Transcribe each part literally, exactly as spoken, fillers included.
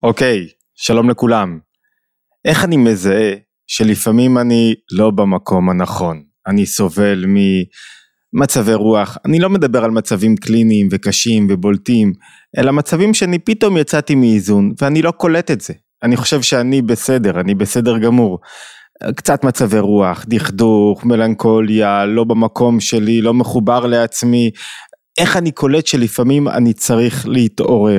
אוקיי, שלום לכולם. איך אני מזהה שלפעמים אני לא במקום הנכון? אני סובל ממצבי רוח, אני לא מדבר על מצבים קליניים וקשים ובולטים, אלא מצבים שאני פתאום יצאתי מאיזון ואני לא קולט את זה. אני חושב שאני בסדר, אני בסדר גמור. קצת מצבי רוח, דכדוך, מלנכוליה, לא במקום שלי, לא מחובר לעצמי. איך אני קולט שלפעמים אני צריך להתעורר?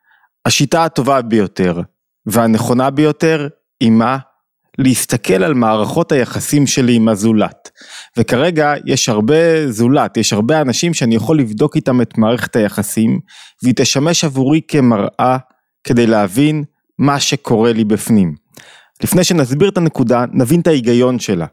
השיטה הטובה ביותר והנכונה ביותר היא מה? להסתכל על מערכות היחסים שלי עם הזולת. וכרגע יש הרבה זולת, יש הרבה אנשים שאני יכול לבדוק איתם את מערכת היחסים, והיא תשמש עבורי כמראה כדי להבין מה שקורה לי בפנים. לפני שנסביר את הנקודה, נבין את ההיגיון שלה.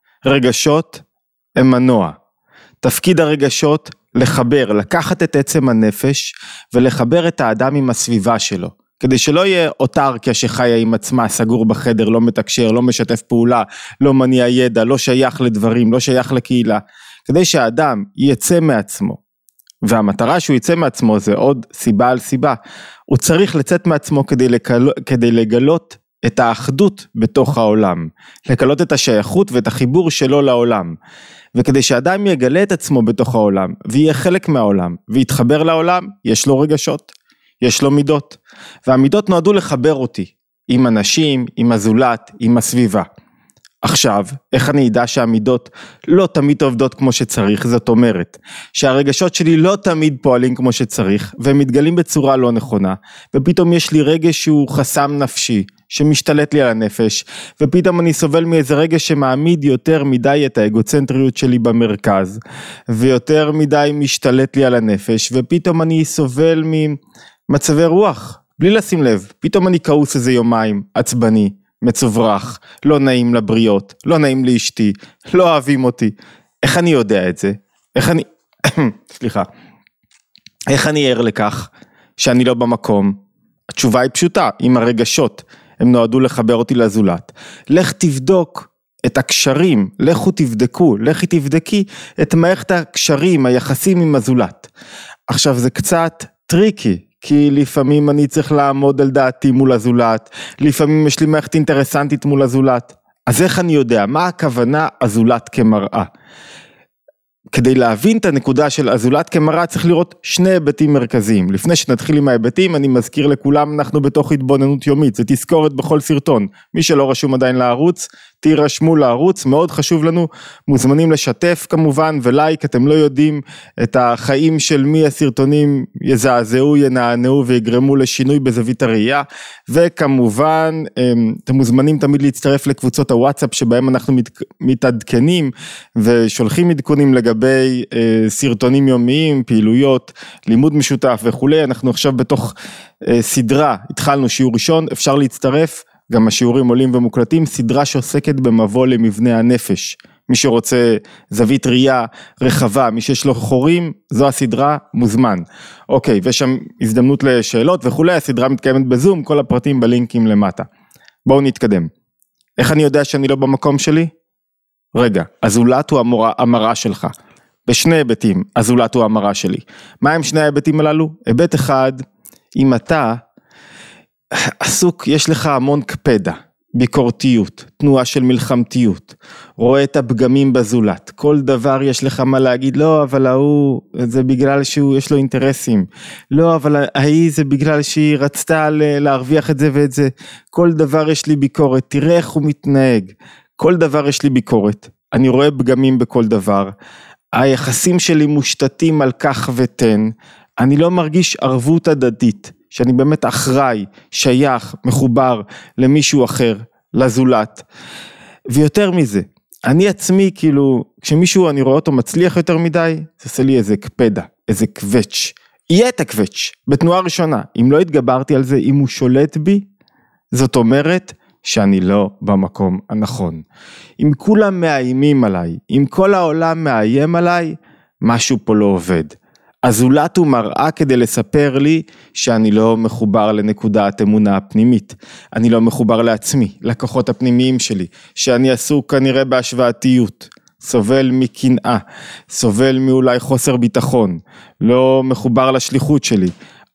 רגשות הם מנוע. תפקיד הרגשות לחבר, לקחת את עצם הנפש ולחבר את האדם עם הסביבה שלו, כדי שלא יהיה אוטרקיה שחיה עם עצמה, סגור בחדר, לא מתקשר, לא משתף פעולה, לא מניע ידע, לא שייך לדברים, לא שייך לקהילה, כדי שהאדם יצא מעצמו, והמטרה שהוא יצא מעצמו זה עוד סיבה על סיבה, הוא צריך לצאת מעצמו כדי, לקל... כדי לגלות את האחדות בתוך העולם, לגלות את השייכות ואת החיבור שלו לעולם, וכדי שאדם יגלה את עצמו בתוך העולם, ויהיה חלק מהעולם, ויתחבר לעולם, יש לו רגשות, יש לו מידות, והמידות נועדו לחבר אותי, עם אנשים, עם הזולת, עם הסביבה. עכשיו, איך אני ידע שהמידות לא תמיד עובדות כמו שצריך? זאת אומרת, שהרגשות שלי לא תמיד פועלים כמו שצריך, והם מתגלים בצורה לא נכונה, ופתאום יש לי רגש שהוא חסם נפשי, שמשתלט לי על הנפש, ופתאום אני סובל מאיזה רגש שמעמיד יותר מדי את האגוצנטריות שלי במרכז, ויותר מדי משתלט לי על הנפש, ופתאום אני סובל ממצבי רוח, בלי לשים לב, פתאום אני כעוס איזה יומיים, עצבני, מצוברח, לא נעים לבריות, לא נעים לאשתי, לא אוהבים אותי. איך אני יודע את זה? איך אני, סליחה, איך אני ער לכך שאני לא במקום? התשובה היא פשוטה, עם הרגשות, הם נועדו לחבר אותי לזולת. לך תבדוק את הקשרים, לכו תבדקו, לכי תבדקי את מערכת הקשרים, היחסים עם הזולת. עכשיו זה קצת טריקי, כי לפעמים אני צריך לעמוד על דעתי מול הזולת, לפעמים יש לי מערכת אינטרסנטית מול הזולת. אז איך אני יודע? מה הכוונה הזולת כמראה? כדי להבין את הנקודה של הזולת כמראה צריך לראות שני היבטים מרכזיים. לפני שנתחיל עם ההיבטים, אני מזכיר לכולם, אנחנו בתוך התבוננות יומית, זה תזכורת בכל סרטון. מי שלא רשום עדיין לערוץ, תירשמו לערוץ, מאוד חשוב לנו, מוזמנים לשתף כמובן, ולייק, אתם לא יודעים את החיים של מי הסרטונים יזעזעו, ינענעו ויגרמו לשינוי בזווית הראייה, וכמובן, אתם מוזמנים תמיד להצטרף לקבוצות הוואטסאפ, שבהם אנחנו מת, מתעדכנים, ושולחים עדכונים לגבי אה, סרטונים יומיים, פעילויות, לימוד משותף וכו'. אנחנו עכשיו בתוך אה, סדרה, התחלנו שיעור ראשון, אפשר להצטרף, גם השיעורים עולים ומוקלטים, סדרה שעוסקת במבוא למבנה הנפש. מי שרוצה זווית ראייה רחבה, מי שיש לו חורים, זו הסדרה, מוזמן. אוקיי, ויש שם הזדמנות לשאלות וכו', הסדרה מתקיימת בזום, כל הפרטים בלינקים למטה. בואו נתקדם. איך אני יודע שאני לא במקום שלי? רגע, הזולת הוא המראה, המראה שלך. בשני היבטים, הזולת הוא המראה שלי. מה הם שני ההיבטים הללו? היבט אחד, אם אתה עסוק, יש לך המון קפדה, ביקורתיות, תנועה של מלחמתיות, רואה את הפגמים בזולת, כל דבר יש לך מה להגיד, לא, אבל ההוא, זה בגלל שהוא, יש לו אינטרסים, לא, אבל ההיא זה בגלל שהיא רצתה להרוויח את זה ואת זה, כל דבר יש לי ביקורת, תראה איך הוא מתנהג, כל דבר יש לי ביקורת, אני רואה פגמים בכל דבר, היחסים שלי מושתתים על כך ותן, אני לא מרגיש ערבות הדדית, שאני באמת אחראי, שייך, מחובר למישהו אחר, לזולת. ויותר מזה, אני עצמי כאילו, כשמישהו אני רואה אותו מצליח יותר מדי, זה עושה לי איזה קפדה, איזה קווץ'. יהיה את הקווץ', בתנועה ראשונה. אם לא התגברתי על זה, אם הוא שולט בי, זאת אומרת שאני לא במקום הנכון. אם כולם מאיימים עליי, אם כל העולם מאיים עליי, משהו פה לא עובד. הזולת הוא מראה כדי לספר לי שאני לא מחובר לנקודת אמונה הפנימית, אני לא מחובר לעצמי, לכוחות הפנימיים שלי, שאני עסוק כנראה בהשוואתיות, סובל מקנאה, סובל מאולי חוסר ביטחון, לא מחובר לשליחות שלי,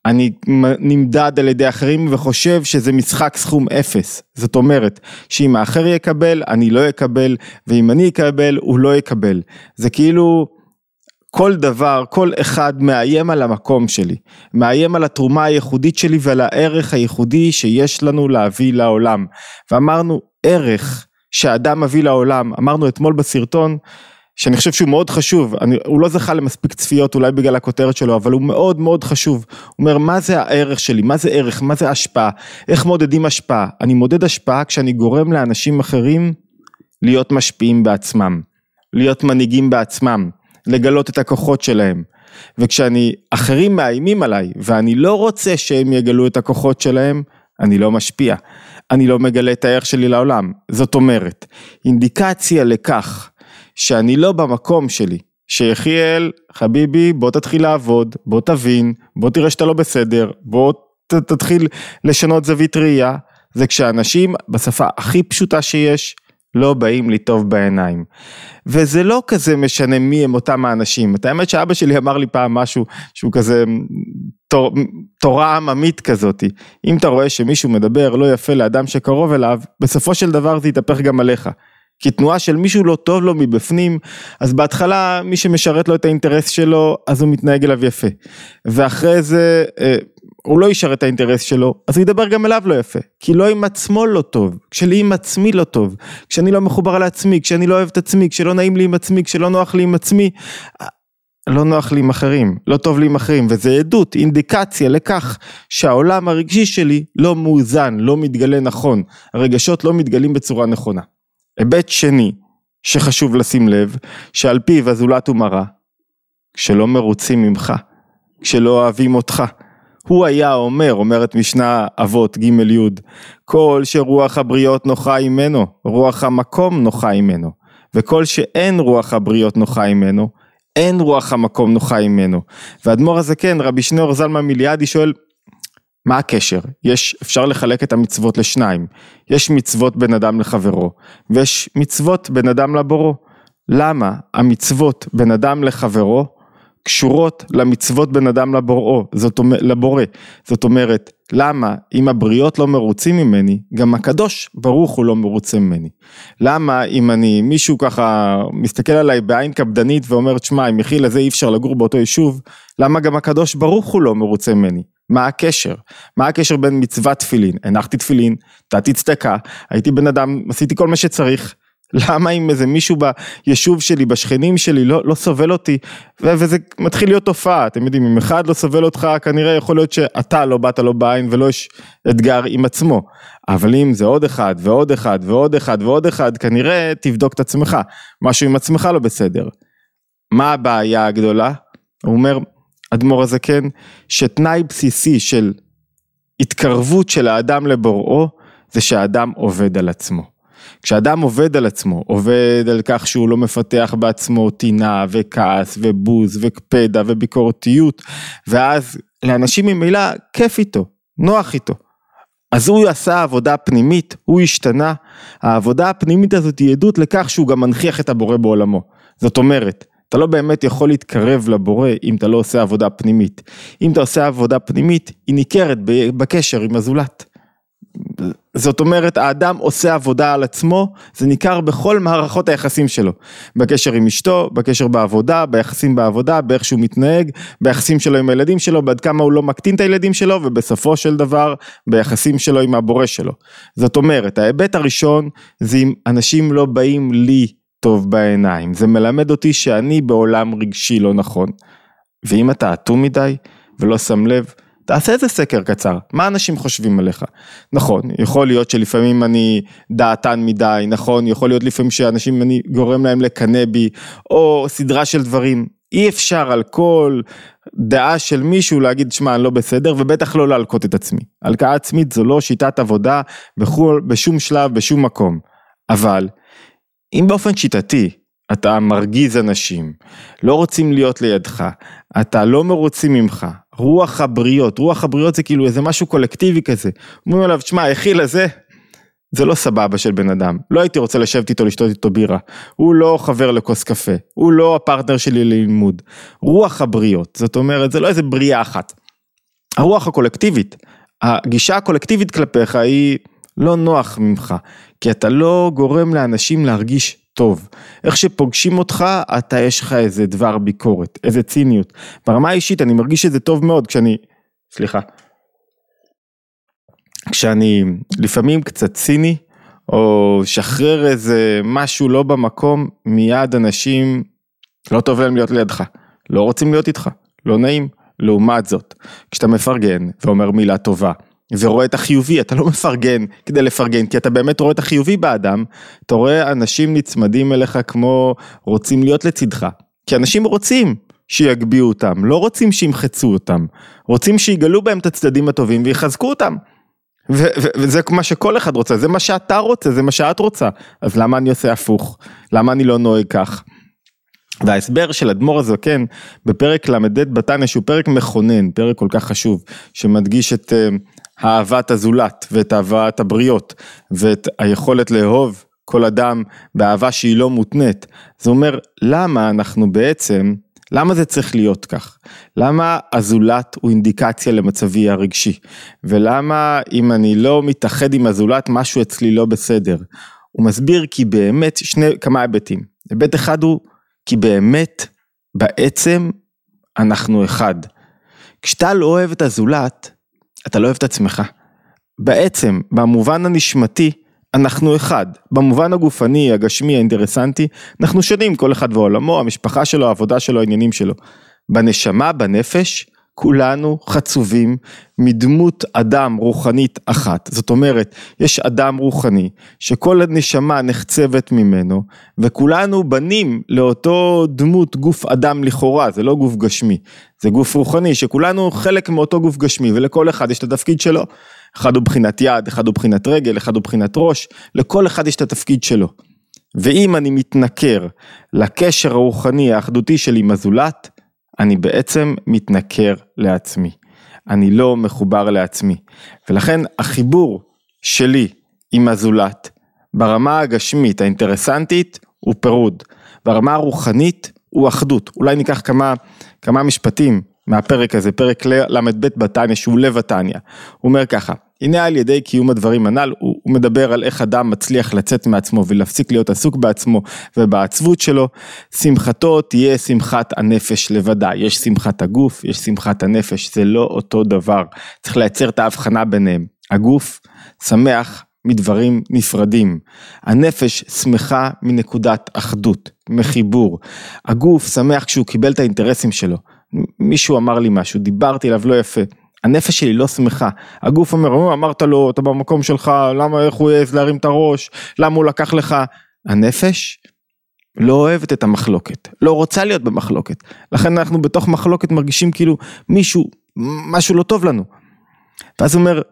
אני נמדד על ידי אחרים וחושב שזה משחק סכום אפס. זאת אומרת, שאם האחר יקבל, אני לא יקבל, ואם אני יקבל, הוא לא יקבל. זה כאילו כל דבר, כל אחד מאיים על המקום שלי, מאיים על התרומה הייחודית שלי ועל הערך הייחודי שיש לנו להביא לעולם. ואמרנו, ערך שהאדם מביא לעולם, אמרנו אתמול בסרטון, שאני חושב שהוא מאוד חשוב, אני, הוא לא זכה למספיק צפיות, אולי בגלל הכותרת שלו, אבל הוא מאוד מאוד חשוב. הוא אומר, מה זה הערך שלי? מה זה ערך? מה זה השפעה? איך מודדים השפעה? אני מודד השפעה כשאני גורם לאנשים אחרים להיות משפיעים בעצמם, להיות מנהיגים בעצמם, לגלות את הכוחות שלהם. וכשאני, אחרים מאיימים עליי, ואני לא רוצה שהם יגלו את הכוחות שלהם, אני לא משפיע. אני לא מגלה את הערך שלי לעולם. זאת אומרת, אינדיקציה לכך, שאני לא במקום שלי, שיחיאל, חביבי, בוא תתחיל לעבוד, בוא תבין, בוא תראה שאתה לא בסדר, בוא ת, תתחיל לשנות זווית ראייה, זה כשאנשים בשפה הכי פשוטה שיש, לא באים לי טוב בעיניים. וזה לא כזה משנה מי הם אותם האנשים. את האמת שאבא שלי אמר לי פעם משהו, שהוא כזה תור, תורה עממית כזאת. אם אתה רואה שמישהו מדבר לא יפה לאדם שקרוב אליו, בסופו של דבר זה יתהפך גם עליך. כי תנועה של מישהו לא טוב לו מבפנים, אז בהתחלה מי שמשרת לו את האינטרס שלו, אז הוא מתנהג אליו יפה. ואחרי זה, הוא לא ישרת את האינטרס שלו, אז הוא ידבר גם אליו לא יפה. כי לא עם עצמו לא טוב, כשלי עם עצמי לא טוב, כשאני לא מחובר על עצמי, כשאני לא אוהב את עצמי, כשלא נעים לי עם עצמי, כשלא נוח לי עם עצמי, לא נוח לי עם אחרים, לא טוב לי עם אחרים, וזה עדות, אינדיקציה לכך שהעולם הרגשי שלי לא מאוזן, לא מתגלה נכון, הרגשות לא מתגלים בצורה נכונה. היבט שני שחשוב לשים לב, שעל פיו הזולת הוא מראה, כשלא מרוצים ממך, כשלא אוהבים אותך, הוא היה אומר, אומרת משנה אבות ג' י', כל שרוח הבריות נוחה ממנו, רוח המקום נוחה ממנו, וכל שאין רוח הבריות נוחה ממנו, אין רוח המקום נוחה ממנו. והאדמו"ר הזקן, רבי שניאור זלמן מיליאדי שואל, מה הקשר? יש, אפשר לחלק את המצוות לשניים. יש מצוות בין אדם לחברו, ויש מצוות בין אדם לבורו. למה המצוות בין אדם לחברו קשורות למצוות בין אדם לבוראו, זאת אומרת, לבורא? זאת אומרת, למה אם הבריות לא מרוצים ממני, גם הקדוש ברוך הוא לא מרוצה ממני? למה אם אני, מישהו ככה מסתכל עליי בעין קפדנית ואומר, תשמע, אם יחיל לזה אי אפשר לגור באותו יישוב, למה גם הקדוש ברוך הוא לא מרוצה ממני? מה הקשר? מה הקשר בין מצוות תפילין? הנחתי תפילין, נתתי צדקה, הייתי בן אדם, עשיתי כל מה שצריך, למה אם איזה מישהו ביישוב שלי, בשכנים שלי, לא, לא סובל אותי, ו- וזה מתחיל להיות תופעה, אתם יודעים, אם אחד לא סובל אותך, כנראה יכול להיות שאתה לא באת לו בעין, ולא יש אתגר עם עצמו, אבל אם זה עוד אחד, ועוד אחד, ועוד אחד, ועוד אחד, כנראה תבדוק את עצמך, משהו עם עצמך לא בסדר. מה הבעיה הגדולה? הוא אומר, אדמו"ר הזקן, שתנאי בסיסי של התקרבות של האדם לבוראו, זה שהאדם עובד על עצמו. כשאדם עובד על עצמו, עובד על כך שהוא לא מפתח בעצמו טינה וכעס ובוז וקפדה וביקורתיות, ואז לאנשים ממילא כיף איתו, נוח איתו. אז הוא עשה עבודה פנימית, הוא השתנה, העבודה הפנימית הזאת היא עדות לכך שהוא גם מנחיח את הבורא בעולמו. זאת אומרת, אתה לא באמת יכול להתקרב לבורא אם אתה לא עושה עבודה פנימית. אם אתה עושה עבודה פנימית, היא ניכרת בקשר עם הזולת. זאת אומרת, האדם עושה עבודה על עצמו, זה ניכר בכל מערכות היחסים שלו, בקשר עם אשתו, בקשר בעבודה, ביחסים בעבודה, באיך שהוא מתנהג, ביחסים שלו עם הילדים שלו, בעד כמה הוא לא מקטין את הילדים שלו, ובסופו של דבר, ביחסים שלו עם הבורא שלו. זאת אומרת, ההיבט הראשון, זה אם אנשים לא באים לי טוב בעיניים, זה מלמד אותי שאני בעולם רגשי לא נכון, ואם אתה אטום מדי, ולא שם לב, תעשה איזה סקר קצר, מה אנשים חושבים עליך? נכון, יכול להיות שלפעמים אני דעתן מדי, נכון, יכול להיות לפעמים שאנשים אני גורם להם לקנא בי, או סדרה של דברים, אי אפשר על כל דעה של מישהו להגיד, שמע, אני לא בסדר, ובטח לא להלקות את עצמי. הלקאה עצמית זו לא שיטת עבודה, בכל, בשום שלב, בשום מקום. אבל, אם באופן שיטתי, אתה מרגיז אנשים, לא רוצים להיות לידך, אתה לא מרוצים ממך, רוח הבריות, רוח הבריות זה כאילו איזה משהו קולקטיבי כזה, אומרים עליו, תשמע, היחיל הזה, זה לא סבבה של בן אדם, לא הייתי רוצה לשבת איתו, לשתות איתו בירה, הוא לא חבר לכוס קפה, הוא לא הפרטנר שלי ללימוד, רוח הבריות, זאת אומרת, זה לא איזה בריאה אחת, הרוח הקולקטיבית, הגישה הקולקטיבית כלפיך היא לא נוח ממך, כי אתה לא גורם לאנשים להרגיש טוב. איך שפוגשים אותך, אתה יש לך איזה דבר ביקורת, איזה ציניות. ברמה האישית אני מרגיש את זה טוב מאוד כשאני, סליחה, כשאני לפעמים קצת ציני, או שחרר איזה משהו לא במקום, מיד אנשים לא טוב להם להיות לידך, לא רוצים להיות איתך, לא נעים. לעומת זאת, כשאתה מפרגן ואומר מילה טובה, ורואה את החיובי, אתה לא מפרגן כדי לפרגן, כי אתה באמת רואה את החיובי באדם, אתה רואה אנשים נצמדים אליך כמו רוצים להיות לצדך, כי אנשים רוצים שיגביעו אותם, לא רוצים שימחצו אותם, רוצים שיגלו בהם את הצדדים הטובים ויחזקו אותם, ו- ו- וזה מה שכל אחד רוצה, זה מה שאתה רוצה, זה מה שאת רוצה, אז למה אני עושה הפוך? למה אני לא נוהג כך? וההסבר של אדמו"ר הזקן בפרק למד בתניא, שהוא פרק מכונן, פרק כל כך חשוב, שמדגיש את uh, אהבת הזולת ואת אהבת הבריות, ואת היכולת לאהוב כל אדם באהבה שהיא לא מותנית. זה אומר, למה אנחנו בעצם, למה זה צריך להיות כך? למה הזולת הוא אינדיקציה למצבי הרגשי? ולמה אם אני לא מתאחד עם הזולת, משהו אצלי לא בסדר? הוא מסביר כי באמת, שני, כמה היבטים. היבט אחד הוא, כי באמת, בעצם, אנחנו אחד. כשאתה לא אוהב את הזולת, אתה לא אוהב את עצמך. בעצם, במובן הנשמתי, אנחנו אחד. במובן הגופני, הגשמי, האינטרסנטי, אנחנו שונים, כל אחד ועולמו, המשפחה שלו, העבודה שלו, העניינים שלו. בנשמה, בנפש, כולנו חצובים מדמות אדם רוחנית אחת. זאת אומרת, יש אדם רוחני שכל הנשמה נחצבת ממנו, וכולנו בנים לאותו דמות גוף אדם לכאורה, זה לא גוף גשמי, זה גוף רוחני, שכולנו חלק מאותו גוף גשמי, ולכל אחד יש את התפקיד שלו. אחד הוא בחינת יד, אחד הוא בחינת רגל, אחד הוא בחינת ראש, לכל אחד יש את התפקיד שלו. ואם אני מתנכר לקשר הרוחני האחדותי שלי עם הזולת, אני בעצם מתנכר לעצמי, אני לא מחובר לעצמי, ולכן החיבור שלי עם הזולת, ברמה הגשמית, האינטרסנטית, הוא פירוד, ברמה הרוחנית, הוא אחדות. אולי ניקח כמה, כמה משפטים מהפרק הזה, פרק למד בתניא, שהוא לב התניא, הוא אומר ככה, הנה על ידי קיום הדברים הנ"ל, הוא, הוא מדבר על איך אדם מצליח לצאת מעצמו, ולהפסיק להיות עסוק בעצמו, ובעצבות שלו, שמחתו תהיה שמחת הנפש לבדה, יש שמחת הגוף, יש שמחת הנפש, זה לא אותו דבר, צריך לייצר את ההבחנה ביניהם, הגוף שמח מדברים נפרדים, הנפש שמחה מנקודת אחדות, מחיבור, הגוף שמח כשהוא קיבל את האינטרסים שלו, מישהו אמר לי משהו, דיברתי אליו לא יפה, הנפש שלי לא שמחה, הגוף אומר, אמרת לו, אתה במקום שלך, למה, איך הוא יעז להרים את הראש, למה הוא לקח לך, הנפש לא אוהבת את המחלוקת, לא רוצה להיות במחלוקת, לכן אנחנו בתוך מחלוקת מרגישים כאילו מישהו, משהו לא טוב לנו, ואז הוא אומר,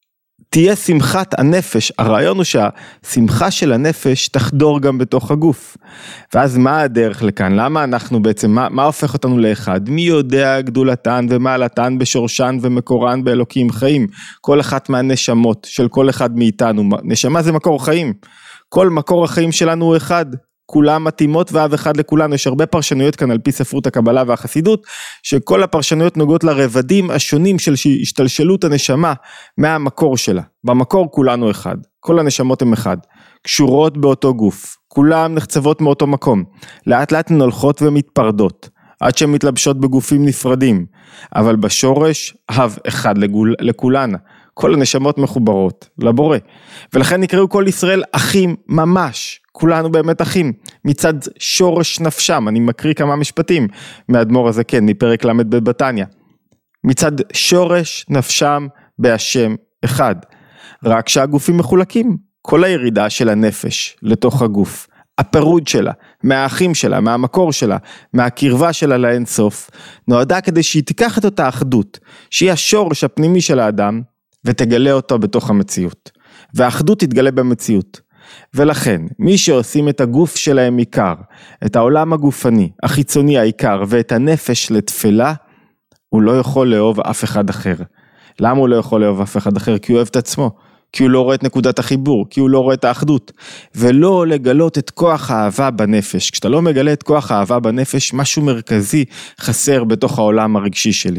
תהיה שמחת הנפש, הרעיון הוא שהשמחה של הנפש תחדור גם בתוך הגוף, ואז מה הדרך לכאן, למה אנחנו בעצם, מה, מה הופך אותנו לאחד, מי יודע גדולתן ומעלתן בשורשן ומקורן באלוקים חיים, כל אחת מהנשמות של כל אחד מאיתנו, נשמה זה מקור חיים, כל מקור החיים שלנו הוא אחד, כולם מתאימות ואב אחד לכולנו, יש הרבה פרשנויות כאן על פי ספרות הקבלה והחסידות, שכל הפרשנויות נוגעות לרבדים השונים של השתלשלות הנשמה מהמקור שלה, במקור כולנו אחד, כל הנשמות הם אחד, קשורות באותו גוף, כולם נחצבות מאותו מקום, לאט לאט הן הולכות ומתפרדות, עד שהן מתלבשות בגופים נפרדים, אבל בשורש אב אחד לגול, לכולנה, כל הנשמות מחוברות לבורא, ולכן נקראו כל ישראל אחים ממש, כולנו באמת אחים, מצד שורש נפשם, אני מקריא כמה משפטים מאדמו"ר הזקן, מפרק למד בתניא, מצד שורש נפשם בהשם אחד, רק שהגופים מחולקים, כל הירידה של הנפש לתוך הגוף, הפירוד שלה, מהאחים שלה, מהמקור שלה, מהקרבה שלה לאין סוף, נועדה כדי שהיא תיקח את אותה אחדות, שהיא השורש הפנימי של האדם, ותגלה אותו בתוך המציאות, והאחדות תתגלה במציאות, ולכן מי שעושים את הגוף שלהם עיקר, את העולם הגופני, החיצוני העיקר, ואת הנפש לתפלה, הוא לא יכול לאהוב אף אחד אחר. למה הוא לא יכול לאהוב אף אחד אחר? כי הוא אוהב את עצמו, כי הוא לא רואה את נקודת החיבור, כי הוא לא רואה את האחדות, ולא לגלות את כוח האהבה בנפש. כשאתה לא מגלה את כוח האהבה בנפש, משהו מרכזי חסר בתוך העולם הרגשי שלי.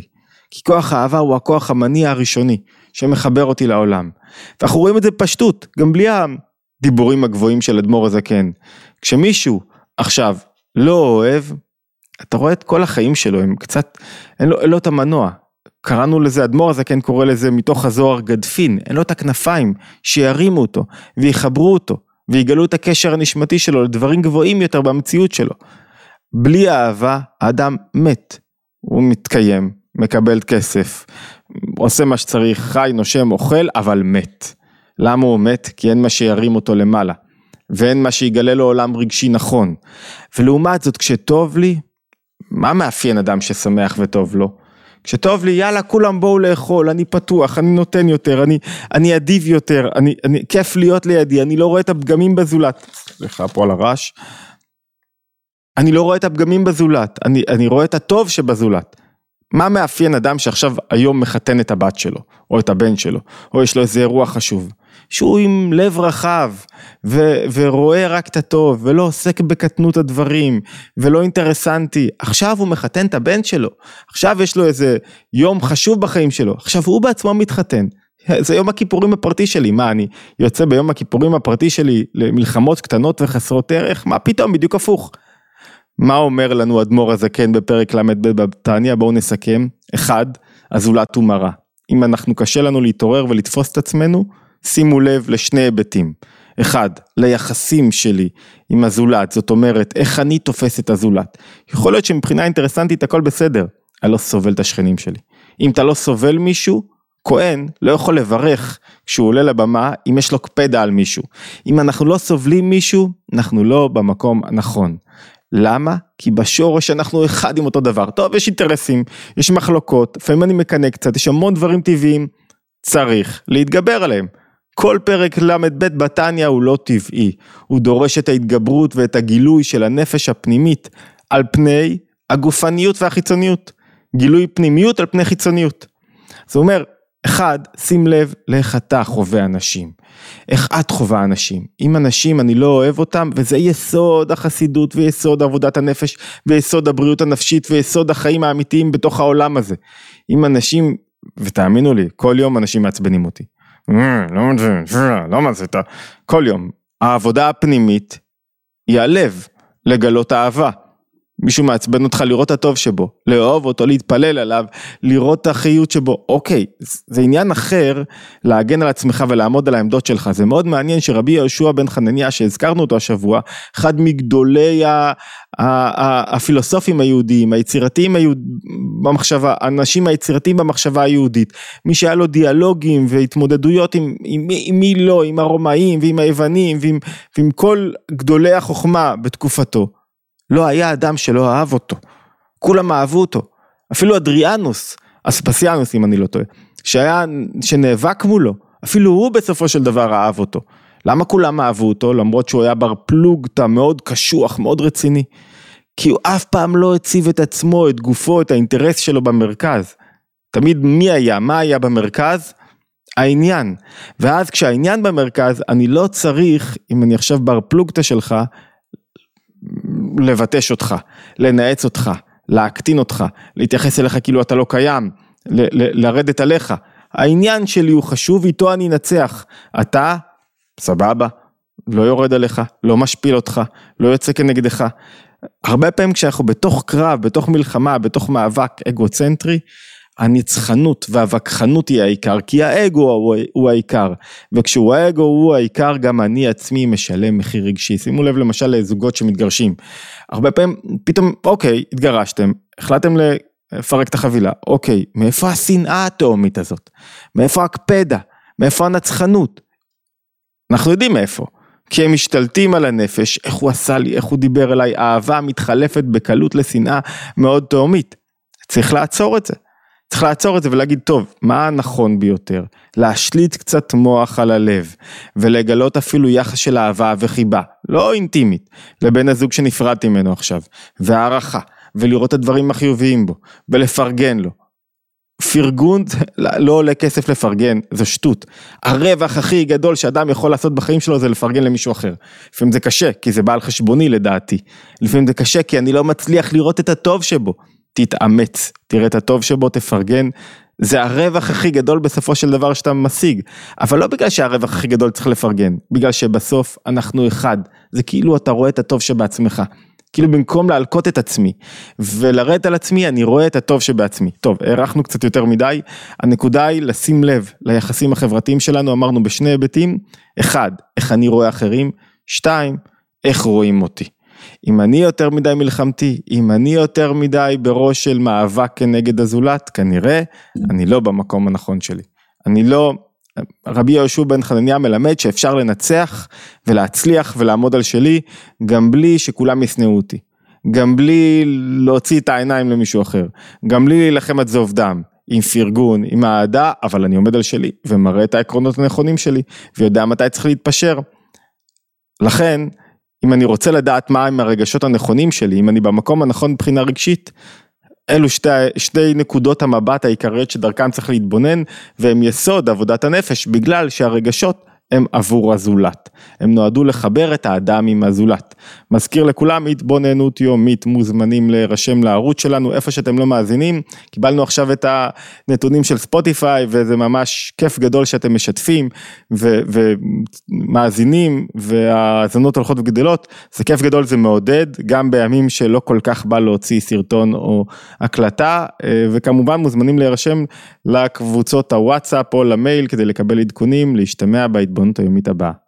כי כוח האהבה הוא הכוח המניע הראשוני, שמחבר אותי לעולם. ואנחנו רואים את זה פשטות, גם בלי הדיבורים הגבוהים של אדמו"ר הזקן. כשמישהו עכשיו לא אוהב, אתה רואה את כל החיים שלו, הם קצת, אין לו, אין לו את המנוע. קראנו לזה, אדמו"ר הזקן קורא לזה מתוך הזוהר גדפין, אין לו את הכנפיים, שירימו אותו, ויחברו אותו, ויגלו את הקשר הנשמתי שלו, לדברים גבוהים יותר במציאות שלו. בלי אהבה, האדם מת, הוא מתקיים, מקבל כסף, עושה מה שצריך, חי, נושם, אוכל, אבל מת. למה הוא מת? כי אין מה שירים אותו למעלה, ואין מה שיגלה לו עולם רגשי נכון. ולעומת זאת, כשטוב לי, מה מאפיין אדם ששמח וטוב לו? כשטוב לי, יאללה, כולם בואו לאכול, אני פתוח, אני נותן יותר, אני, אני אדיב יותר, אני, אני, כיף להיות לידי, אני לא רואה את הפגמים בזולת. סליחה פה על הרעש. אני לא רואה את הפגמים בזולת, אני, אני רואה את הטוב שבזולת. מה מאפיין אדם שעכשיו היום מחתן את הבת שלו, או את הבן שלו, או יש לו איזה אירוע חשוב, שהוא עם לב רחב, ו- ורואה רק את הטוב, ולא עוסק בקטנות הדברים, ולא אינטרסנטי, עכשיו הוא מחתן את הבן שלו, עכשיו יש לו איזה יום חשוב בחיים שלו, עכשיו הוא בעצמו מתחתן, זה יום הכיפורים הפרטי שלי, מה אני יוצא ביום הכיפורים הפרטי שלי, למלחמות קטנות וחסרות ערך, מה פתאום, בדיוק הפוך. מה אומר לנו אדמו"ר הזקן בפרק למד בתניא? בואו נסכם. אחד, הזולת ומראה. אם אנחנו קשה לנו להתעורר ולתפוס את עצמנו, שימו לב לשני היבטים. אחד, ליחסים שלי עם הזולת, זאת אומרת, איך אני תופס את הזולת. יכול להיות שמבחינה אינטרסנטית הכל בסדר, אני לא סובל את השכנים שלי. אם אתה לא סובל מישהו, כהן לא יכול לברך כשהוא עולה לבמה, אם יש לו קפדה על מישהו. אם אנחנו לא סובלים מישהו, אנחנו לא במקום הנכון. למה? כי בשורש אנחנו אחד עם אותו דבר. טוב, יש אינטרסים, יש מחלוקות, לפעמים אני מקנה קצת, יש המון דברים טבעיים, צריך להתגבר עליהם. כל פרק למד בית בתניא הוא לא טבעי, הוא דורש את ההתגברות ואת הגילוי של הנפש הפנימית, על פני הגופניות והחיצוניות, גילוי פנימיות על פני חיצוניות. זה אומר, אחד, שים לב לאיך אתה חווה אנשים, איך את חווה אנשים, אם אנשים אני לא אוהב אותם, וזה יסוד החסידות ויסוד עבודת הנפש, ויסוד הבריאות הנפשית, ויסוד החיים האמיתיים בתוך העולם הזה, אם אנשים, ותאמינו לי, כל יום אנשים מעצבנים אותי, לא מבין, לא מבין, כל יום, העבודה הפנימית, היא הלב, לגלות אהבה, מישהו מעצבן אותך לראות הטוב שבו, לאהוב אותו, להתפלל עליו, לראות את החיות שבו, אוקיי, זה עניין אחר, להגן על עצמך ולעמוד על העמדות שלך, זה מאוד מעניין שרבי יהושע בן חנניה, שהזכרנו אותו השבוע, אחד מגדולי הפילוסופים היהודיים, היצירתיים במחשבה, האנשים היצירתיים במחשבה היהודית, מי שהיה לו דיאלוגים והתמודדויות עם, עם, עם מי לא, עם הרומאים ועם היוונים, ועם, ועם כל גדולי החוכמה בתקופתו, לא היה אדם שלא אהב אותו, כולם אהבו אותו, אפילו אדריאנוס, אספסיאנוס אם אני לא טועה, שהיה, שנאבק מולו, אפילו הוא בסופו של דבר אהב אותו. למה כולם אהבו אותו? למרות שהוא היה בר פלוגתא, מאוד קשוח, מאוד רציני, כי הוא אף פעם לא הציב את עצמו, את גופו, את האינטרס שלו במרכז. תמיד מי היה, מה היה במרכז? העניין. ואז כשהעניין במרכז, אני לא צריך, אם אני עכשיו בר פלוגתא שלך, לבטש אותך, לנעץ אותך, להקטין אותך, להתייחס אליך כאילו אתה לא קיים, ל- ל- לרדת עליך. העניין שלי הוא חשוב, איתו אני נצח. אתה, סבבה, לא יורד עליך, לא משפיל אותך, לא יוצא כנגדך. הרבה פעמים כשאנחנו בתוך קרב, בתוך מלחמה, בתוך מאבק אגוצנטרי, הנצחנות והווכחנות היא העיקר, כי האגו הוא, הוא העיקר, וכשהוא האגו הוא העיקר, גם אני עצמי משלם מחיר רגשי. שימו לב למשל לזוגות שמתגרשים, הרבה פעמים פתאום, אוקיי, התגרשתם, החלטתם לפרק את החבילה, אוקיי, מאיפה השנאה התאומית הזאת? מאיפה הקפדה? מאיפה הנצחנות? אנחנו יודעים מאיפה, כי הם משתלטים על הנפש, איך הוא עשה לי, איך הוא דיבר אליי, אהבה מתחלפת בקלות לשנאה מאוד תאומית. צריך לעצור את זה. צריך לעצור את זה ולהגיד, טוב, מה הנכון ביותר? להשליט קצת מוח על הלב, ולגלות אפילו יחס של אהבה וחיבה, לא אינטימית, לבין הזוג שנפרדתי ממנו עכשיו, והערכה, ולראות את הדברים החיוביים בו, ולפרגן לו. פרגון לא עולה כסף לפרגן, זו שטות. הרווח הכי גדול שאדם יכול לעשות בחיים שלו, זה לפרגן למישהו אחר. לפעמים זה קשה, כי זה בא על חשבוני לדעתי. לפעמים זה קשה, כי אני לא מצליח לראות את הטוב שבו. תתאמץ, תראה את הטוב שבו, תפרגן, זה הרווח הכי גדול בסופו של דבר שאתה משיג, אבל לא בגלל שהרווח הכי גדול צריך לפרגן, בגלל שבסוף אנחנו אחד, זה כאילו אתה רואה את הטוב שבעצמך, כאילו במקום להלקות את עצמי, ולרדת על עצמי, אני רואה את הטוב שבעצמי. טוב, הערכנו קצת יותר מדי, הנקודה היא לשים לב ליחסים החברתיים שלנו, אמרנו בשני היבטים, אחד, איך אני רואה אחרים, שתיים, איך רואים אותי. אם אני יותר מדי מלחמתי, אם אני יותר מדי בראש של מאבק כנגד הזולת, כנראה אני לא במקום הנכון שלי. אני לא, רבי יהושע בן חנניה מלמד שאפשר לנצח ולהצליח ולעמוד על שלי, גם בלי שכולם ישנאו אותי. גם בלי להוציא את העיניים למישהו אחר. גם בלי להילחם עד זוב דם. עם פרגון, עם העדה, אבל אני עומד על שלי ומראה את העקרונות הנכונים שלי, ויודע מתי צריך להתפשר. לכן, אם אני רוצה לדעת מה הם הרגשות הנכונים שלי, אם אני במקום הנכון מבחינה רגשית, אלו שתי, שתי נקודות המבט העיקריות שדרכם צריך להתבונן, והם יסוד עבודת הנפש, בגלל שהרגשות הם עבור הזולת. הם נועדו לחבר את האדם עם הזולת. מזכיר לכולם, התבוננות יומית, מוזמנים להירשם לערוץ שלנו, איפה שאתם לא מאזינים, קיבלנו עכשיו את הנתונים של ספוטיפיי, וזה ממש כיף גדול שאתם משתפים, ו- ומאזינים, והאזנות הולכות וגדלות, זה כיף גדול, זה מעודד, גם בימים שלא כל כך בא להוציא סרטון או הקלטה, וכמובן מוזמנים להירשם לקבוצות הוואטסאפ או למייל, כדי לקבל עדכונים, להשתמע בהתבוננות היומית הבאה.